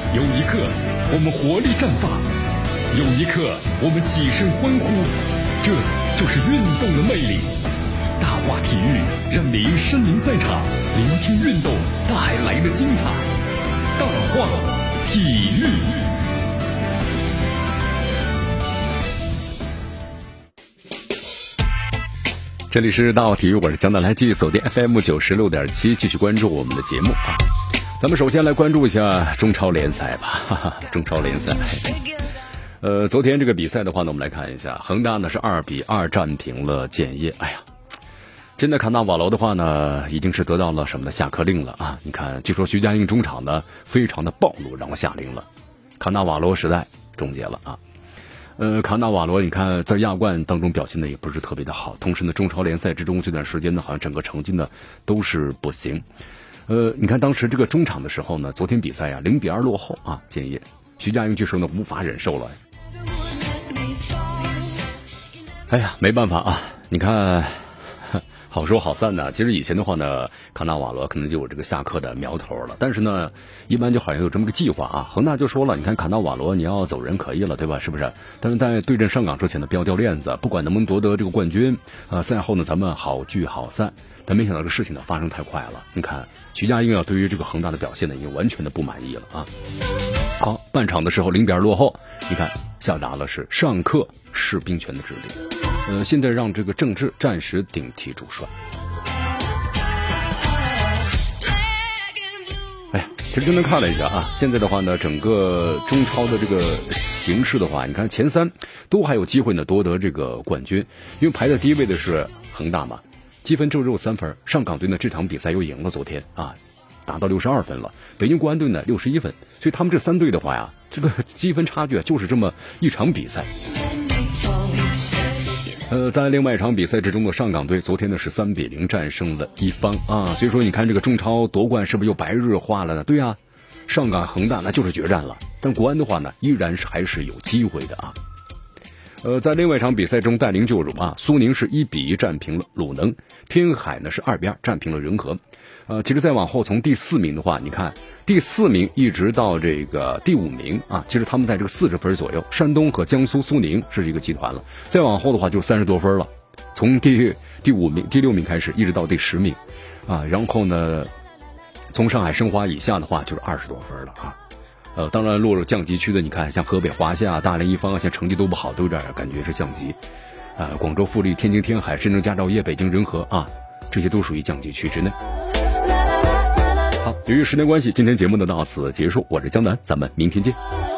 有一刻我们活力绽放，有一刻我们起身欢呼，这就是运动的魅力。大话体育让您身临赛场，聆听运动带来的精彩。大话体育。这里是大话体育，我是江南，来继续锁定 FM96.7，继续关注我们的节目啊。咱们首先来关注一下中超联赛吧，哈哈，中超联赛。昨天这个比赛的话呢，我们来看一下，恒大呢是2-2战平了建业。哎呀，真的卡纳瓦罗的话呢，已经是得到了什么的下课令了啊！你看，据说徐家印中场呢非常的暴怒，然后下令了，卡纳瓦罗时代终结了啊。卡纳瓦罗，你看在亚冠当中表现的也不是特别的好，同时呢，中超联赛之中这段时间呢，好像整个成绩呢都是不行。你看当时这个中场的时候呢，昨天比赛啊0-2落后啊，建业，徐家印据说呢无法忍受了。哎呀，没办法啊，你看。好说好散呢，其实以前的话呢，卡纳瓦罗可能就有这个下课的苗头了，但是呢，一般就好像有这么个计划啊。恒大就说了，你看卡纳瓦罗你要走人可以了，对吧？是不是？但是在对阵上港之前呢，不要掉链子，不管能不能夺得这个冠军赛后呢，咱们好聚好散。但没想到这个事情呢发生太快了，你看徐家印啊，对于这个恒大的表现呢，已经完全的不满意了啊。好，半场的时候0-2落后，你看下达了是上课士兵权的指令。现在让这个郑智暂时顶替主帅。哎呀，其实真的看了一下啊，现在的话呢，整个中超的这个形势的话，你看前3都还有机会呢夺得这个冠军，因为排在第一位的是恒大嘛，积分只有3分，上港队呢这场比赛又赢了昨天啊，达到62分了，北京国安队呢61分，所以他们这3队的话呀，这个积分差距就是这么一场比赛。在另外一场比赛之中的上港队昨天呢是3-0战胜了一方啊，所以说你看这个中超夺冠是不是又白日化了呢？对啊，上港恒大那就是决战了，但国安的话呢依然是还是有机会的啊。在另外一场比赛中带领救主啊，苏宁是1-1战平了鲁能，天海呢是2-2战平了仁和。其实再往后从第4名的话，你看第4名一直到这个第5名啊，其实他们在这个40分左右，山东和江苏苏宁是一个集团了。再往后的话就30多分了，从第5名、第6名开始，一直到第10名啊。然后呢，从上海申花以下的话就是20多分了啊。当然落入降级区的，你看像河北华夏、大连一方，像成绩都不好，都有点感觉是降级。广州富力、天津天海、深圳佳兆业、北京人和啊，这些都属于降级区之内。好，由于时间关系，今天节目呢到此结束，我是江南，咱们明天见。